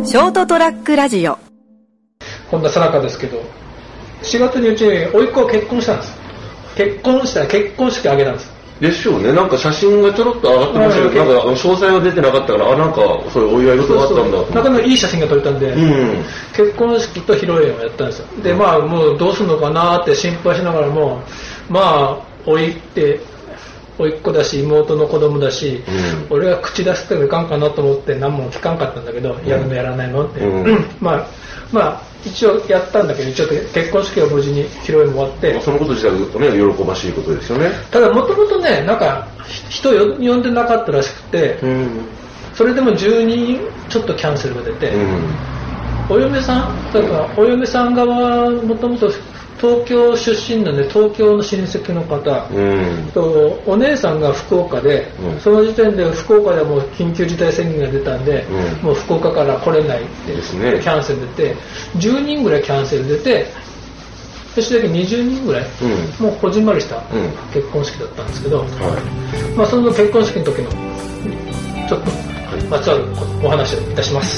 ショートトラックラジオ。 こんなさなかですけど、4月にうちに甥っ子が結婚したんです。結婚したら結婚式あげたんです。 でしょうね。なんか写真がちょろっと上がってましたけど、なんか詳細は出てなかったから、なんかそういうお祝い事があったんだと思って。 なかなかいい写真が撮れたんで、結婚式と披露宴をやったんですよ。で、まあもうどうするのかなって心配しながらも、まあ甥っ子だし妹の子供だし、俺が口出してもいかんかなと思って何も聞かんかったんだけど、やるのやらないのって、まあ一応やったんだけど、一応結婚式は無事に披露宴も終わって、 そのこと自体がね喜ばしいことですよね。 ただもともとね、なんか人呼んでなかったらしくて、それでも10人ちょっとキャンセルが出て、お嫁さん側もともと東京出身なんで、東京の親戚の方、とお姉さんが福岡で、その時点で福岡でもう緊急事態宣言が出たんで、もう福岡から来れないってキャンセル出て、10人ぐらいキャンセル出て、そして20人ぐらい、もうこじんまりした結婚式だったんですけど、まあその結婚式の時のちょっとまつわるお話をいたします。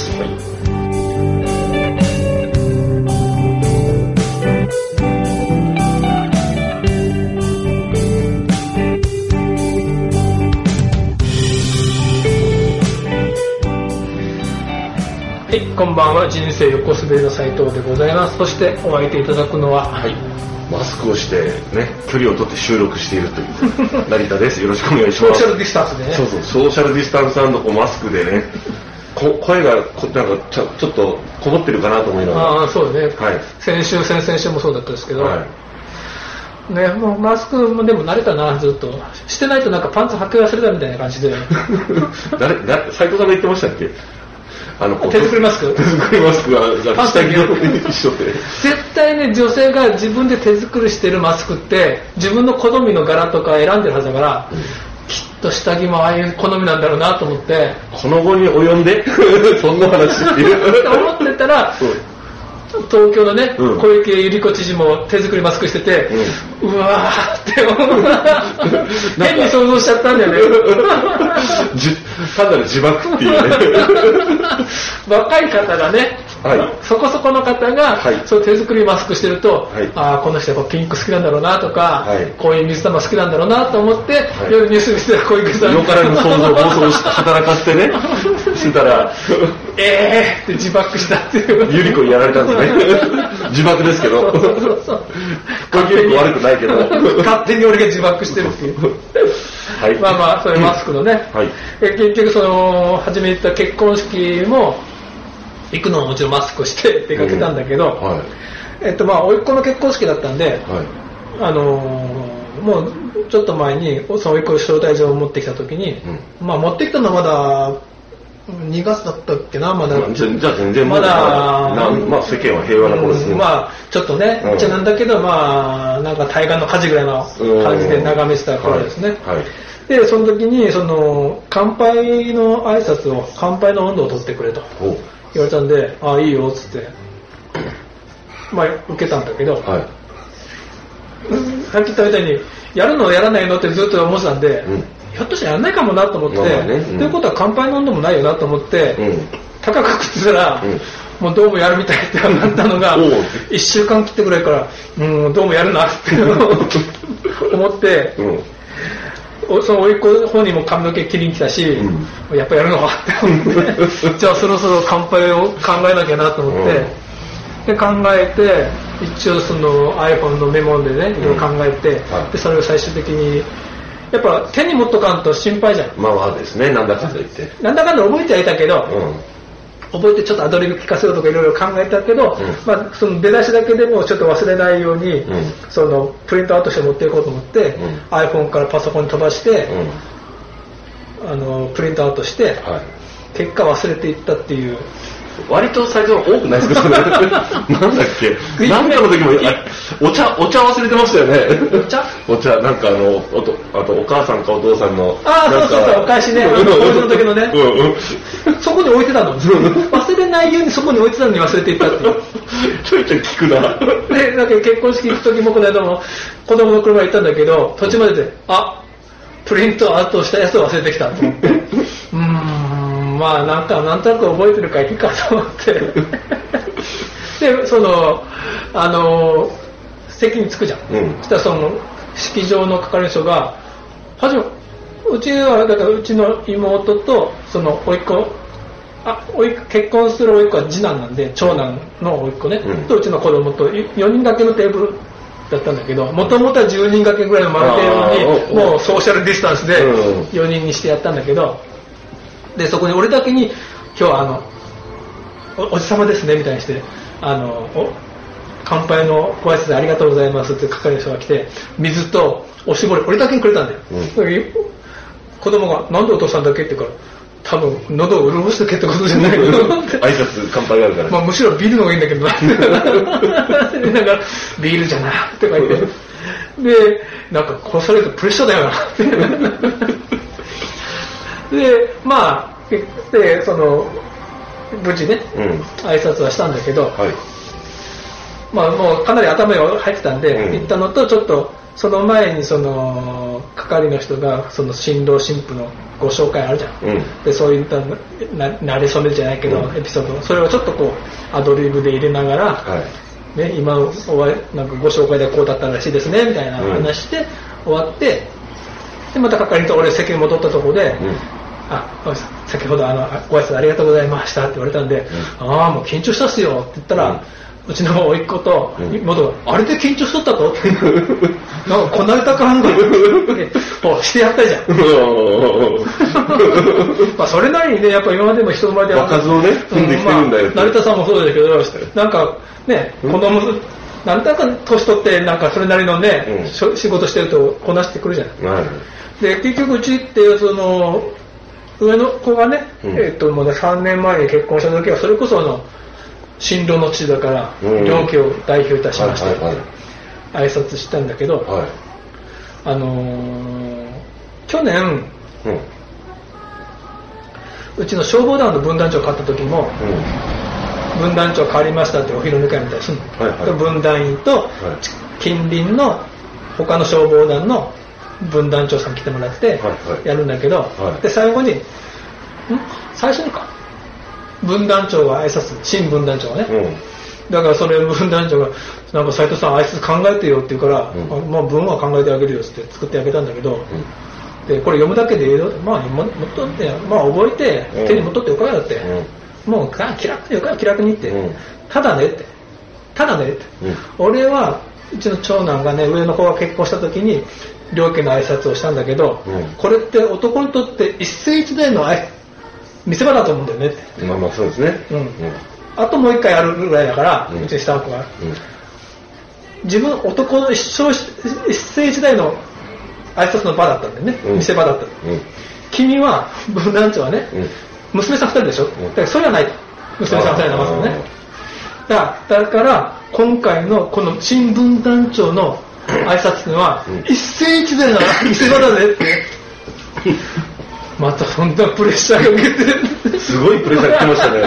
はい、こんばんは。人生横滑りの斉藤でございます。そしてお相手いただくのは、 マスクをしてね、距離を取って収録しているという成田です。よろしくお願いします。 ソーシャルディスタンスでね。 そう、ソーシャルディスタンス&マスクでね、声がなんかちょっとこもってるかなと思いながら。 そうね。先週先々週もそうだったんですけど。ね、もうマスクもでも慣れたな、ずっとしてないとなんかパンツ履き忘れたみたいな感じで。 斉藤さんが言ってましたっけ？ 手作りマスク？ 手作りマスクが下着の一緒で。 絶対ね、女性が自分で手作りしてるマスクって自分の好みの柄とか選んでるはずだから、きっと下着もああいう好みなんだろうなと思って、 この後に及んでそんな話っていう思ってたら、東京のね、小池百合子知事も手作りマスクしてて、うわーって変に想像しちゃったんだよね。 単なる自爆っていうね。 若い方がね、そこそこの方が、そう手作りマスクしてると、この人やっぱピンク好きなんだろうなとか、こういう水玉好きなんだろうなと思って、夜ニュース見てた小池さんよからぬ想像を暴走して働かせてね、してたら、 って自爆したっていう。 ゆり子にやられたんですね。自爆ですけど。これ結構悪くないけど。 勝手に俺が自爆してるっていう。まあまあ、それマスクのね。結局初め言った結婚式も、行くのももちろんマスクして出かけたんだけど、まあ、甥っ子の結婚式だったんで、もうちょっと前に、その甥っ子の招待状を持ってきたときに、まあ持ってきたのはまだ、2月だったっけな、まだ。 じゃあ全然まだ、まあ世間は平和な頃ですね。 まあ、ちょっとね、言っちゃなんだけど、まあ、なんか対岸の火事ぐらいの感じで眺めてた頃ですね。で、その時に、乾杯の挨拶を、乾杯の温度を取ってくれと言われたんで、いいよ、つって、まあ、受けたんだけど、さっき言ったみたいに、やるのやらないのってずっと思ってたんで、ひょっとしたらやんないかもなと思って、ということは乾杯の温度もないよなと思って、高く食ってたら、もうどうもやるみたいってなったのが、1週間切ってぐらいから、どうもやるなって思って、その甥っ子の方にも髪の毛切りに来たし、やっぱやるのかって思って、じゃあそろそろ乾杯を考えなきゃなと思って、で考えて、一応その iPhone のメモでね、いろいろ考えて、でそれを最終的に、やっぱ手に持っとかんと心配じゃん。 まあですね、なんだかんだ言って。 なんだかんだ覚えてはいたけど、覚えてちょっとアドリブ聞かせようとかいろいろ考えたけど、まあその出だしだけでもちょっと忘れないように、そのプリントアウトして持っていこうと思って、iPhone からパソコンに飛ばして、プリントアウトして、結果忘れていったっていう。 割と最初多くないですか？なんだっけ？なんかの時もお茶忘れてましたよね。お茶なんかあとお母さんかお父さんのそうお返しね、お家の時のね。そこに置いてたの。忘れないようにそこに置いてたのに忘れていったっていう。 ちょいちょい聞くな。 でなんか結婚式行く時もこの間も子供の車行ったんだけど、途中まででプリントアウトしたやつを忘れてきたと思って。 まあなんとなく覚えてるからいいかと思ってで席に着くじゃん、そしたらその式場の係の人がうちはだからうちの妹とその甥っ子結婚する甥っ子は次男なんで長男の甥っ子ね、とうちの子供と4人掛けのテーブルだったんだけど、もともとは10人掛けぐらいの丸テーブルにもうソーシャルディスタンスで4人にしてやったんだけど、でそこに俺だけに今日はおじさまですねみたいにして乾杯のご挨拶でありがとうございますって係の人が来て水とおしぼり俺だけにくれたんだよ、子供がなんでお父さんだけって言うから多分喉を潤しとけってことじゃないの挨拶乾杯があるから、 まあ、むしろビールの方がいいんだけどなんかビールじゃなとか言ってでなんか殺されるとプレッシャーだよなってでまあで無事ね、挨拶はしたんだけど、まあもうかなり頭に入ってたんで、行ったのとちょっとその前に係の人が新郎新婦のご紹介あるじゃん、でそういった慣れ初めじゃないけど、エピソードそれをちょっとこうアドリブで入れながら、ね、今なんかご紹介でこうだったらしいですねみたいな話して終わって、でまた係と俺席に戻ったところで、先ほどご挨拶ありがとうございましたって言われたんで、ああもう緊張したっすよって言ったら、うちの甥っ子と妹が、あれで緊張しとったとなんかこなれた感がしてやったじゃんまあそれなりにねやっぱ今までも人前で場数をね踏んできてるんだよ、 成田さんもそうだけどなんかね子供なんとなく年取ってなんかそれなりのね、仕事してるとこなしてくるじゃない、で結局うちって上の子がね、もう3年前に結婚した時はそれこそ新郎の地だから両家を代表いたしまして挨拶したんだけど、去年、うちの消防団の分団長を買った時も、分団長変わりましたってお披露目会みたいにするの、分団員と近隣の他の消防団の分団長さん来てもらってやるんだけど、で最後に最初にか分団長が挨拶新分団長がね、だからそれ分団長がなんか斉藤さん挨拶考えてよって言うから、まあ文は考えてあげるよって作ってあげたんだけど、でこれ読むだけでいいよ、まあ持っとって、まあ覚えて手に持っとってよかよって、もう気楽によかよ気楽にって、ただねって、俺はうちの長男がね上の子が結婚した時に両家の挨拶をしたんだけど、これって男にとって一世一代の見せ場だと思うんだよねって。 まあそうですね。 あともう一回やるぐらいだから、うちの下の子が。自分男の一世一代の挨拶の場だったんだよね。見せ場だった。君は、分団長はね、娘さん2人でしょ。だからそれはないと。娘さん2人のまずね。だから今回のこの新分団長の挨拶には、一世一代の見せ場だねって。またそんなプレッシャーが受けてすごいプレッシャー来ましたね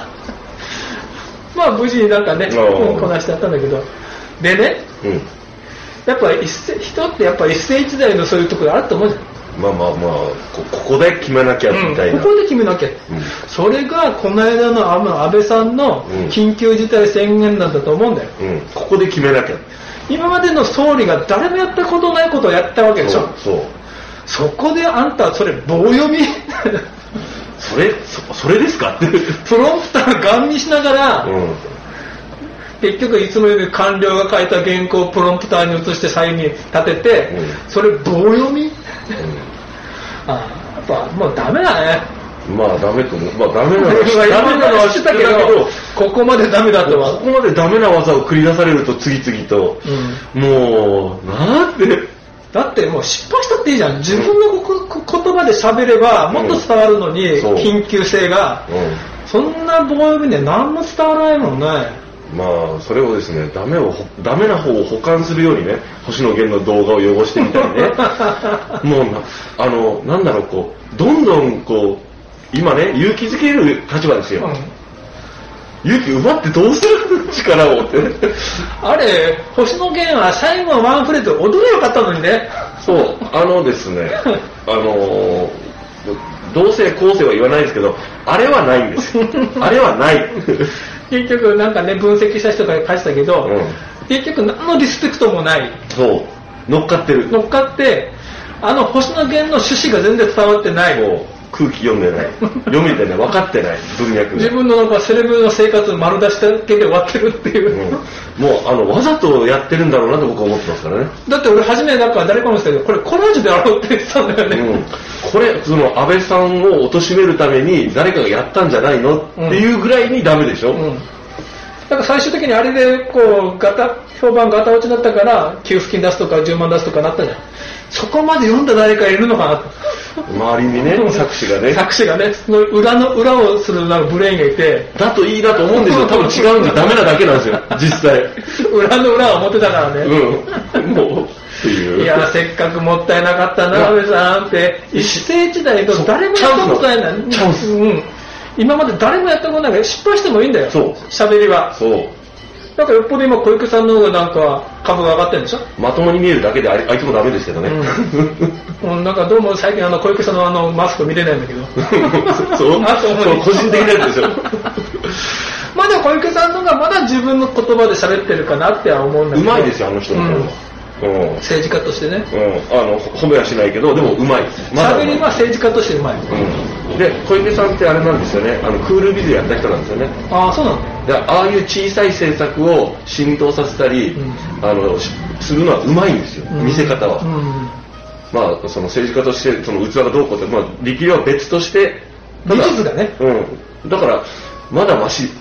まあ無事になんかねこなしてやったんだけど、でね、やっぱ人ってやっぱ一世一代のそういうところあると思うじゃん。 まあここで決めなきゃみたいな、 ここで決めなきゃ、それがこの間の安倍さんの緊急事態宣言なんだと思うんだよ、 ここで決めなきゃ。 今までの総理が誰もやったことないことをやったわけでしょ。そこであんたそれ棒読みそれですかってプロンプターガン見しながら、結局いつもより官僚が書いた原稿をプロンプターに移してサインに立てて、それ棒読み、やっぱもうダメだね。 まあダメと思う。まあダメなのは知ってたけど、 ここまでダメだとは。 ここまでダメな技を繰り出されると次々と、もうなんて。 だってもう失敗したっていいじゃん。自分の言葉で喋ればもっと伝わるのに、緊急性が、そんな棒読みで何も伝わらないもんね。 まあそれをですね、ダメな方を補完するようにね、星野源の動画を汚してみたりねもうなんだろう、こうどんどんこう今ね勇気づける立場ですよ、勇気奪ってどうする力をってあれ星野源は最後のワンフレーズ踊れよかったのにね。 そうですね同性後世は言わないですけど、あれはないんですよ。あれはない。 結局なんかね、分析した人が書いてたけど、結局何のリスペクトもない。 そう。乗っかってる。 乗っかって、星野源の趣旨が全然伝わってない。 空気読んでない。読めてない。分かってない。文脈。 自分のなんかセレブの生活を丸出しだけで終わってるっていう。 もうわざとやってるんだろうなと僕は思ってますからね。 だって俺初めなんか誰かもしたけど、これコラージュであろうって言ってたんだよね。 これ、安倍さんを貶めるために誰かがやったんじゃないのっていうぐらいにダメでしょ。 だから最終的にあれで評判ガタ落ちだったから給付金出すとか10万出すとかなったじゃん。そこまで読んだ誰かいるのかなと。 周りにね、作詞がね、 その裏をするなんかブレーンがいて、 だといいなと思うんですよ。多分違うんでダメなだけなんですよ、実際。 裏の裏は表だからね。 もうっていう。 いや、せっかくもったいなかったな、安倍さんって。一世一代と誰もやったことないんだ。 チャンス。 今まで誰もやったことないから失敗してもいいんだよ。そう。喋りは。 そう。 なんかよっぽど今小池さんの方がなんか株が上がってるんでしょ。 まともに見えるだけであいつもダメですけどね。 なんかどうも最近小池さんのマスク見れないんだけど。 そう個人的なやつでしょ。 まあでも小池さんの方がまだ自分の言葉で喋ってるかなっては思うんだけど。 うまいですよ、あの人の方が。 政治家としてね。 褒めはしないけど、でもうまい。 喋りは政治家としてうまい。 で、小池さんってあれなんですよね、クールビズやった人なんですよね。 ああ、そうなんだ。 ああいう小さい政策を浸透させたり、するのはうまいんですよ、見せ方は。まあ、その政治家として、その器がどうこうって、まあ、力量は別として、 技術がね。 だから、まだマシ。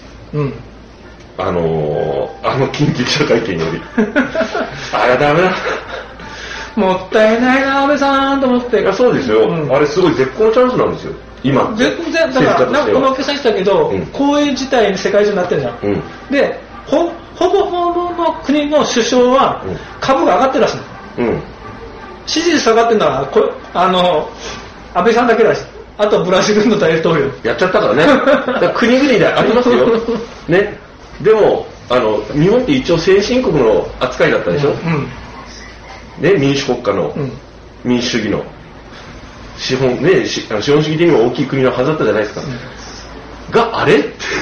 緊急記者会見より。あれはダメだ。 もったいないな、安倍さんと思って。 いや、そうですよ。あれすごい絶好のチャンスなんですよ。今。 全然、だから、なんかこのお客さん言ってたけど、公営自体に世界中になってるじゃん。で、ほぼの国の首相は株が上がってるらしいの。支持率下がってるのは、安倍さんだけらしい。あとブラジルの大統領。 やっちゃったからね。国々でありますよ。ね。でも、日本って一応先進国の扱いだったでしょ。ね、民主国家の、民主主義の資本主義的にも大きい国のはずだったじゃないですか。があれ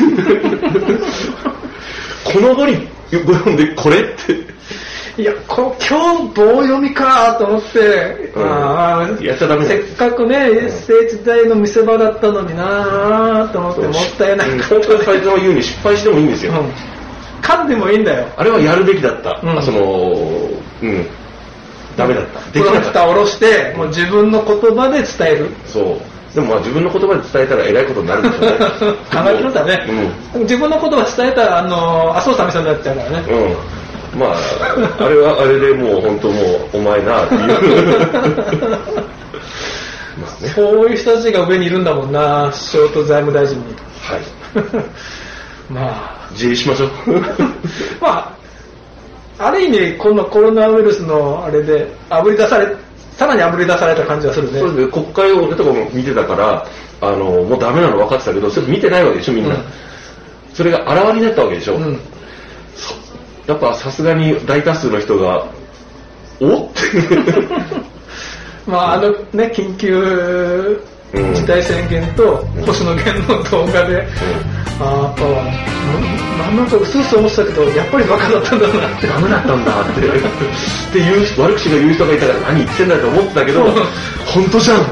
この後に読んでこれって。いや、今日棒読みかと思って、やっちゃダメだ。せっかくね、政治大の見せ場だったのになと思って、もったいないことで。最初の言うに失敗してもいいんですよ。噛んでもいいんだよ。あれはやるべきだった。ダメだった。できなかった。蓋を下ろして、もう自分の言葉で伝える。そう。でもまあ自分の言葉で伝えたら偉いことになるんでしょうね。考えてるんだね。自分の言葉伝えたら、麻生さんみたいになっちゃうからね。まあ、あれはあれでもう本当もうお前なっていう。そういう人たちが上にいるんだもんな、首相と財務大臣に。はい。まあ。自衛しましょう。まあ、ある意味、このコロナウイルスのあれで、さらにあぶり出された感じがするね。そうですね、国会を俺とかも見てたから、もうダメなの分かってたけど、それ見てないわけでしょ、みんな。それがあらわになったわけでしょ。やっぱさすがに大多数の人が、おってまあ緊急事態宣言と星野源の動画で、やっぱなんかうすうす思ってたけど、やっぱりバカだったんだなって。ダメだったんだってっていう悪口が言う人がいたから何言ってんだと思ってたけど、本当じゃん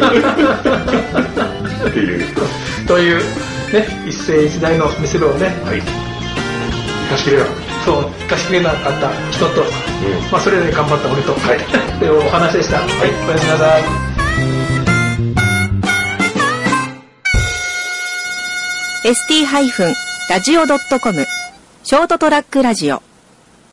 っていうというね、一世一代の見せ場をね、生かしきれなかった。そう、生かしきれなかった人と、まあそれで頑張った俺と、というお話でした。はい、おやすみなさい。 st-radio.com ショートトラックラジオ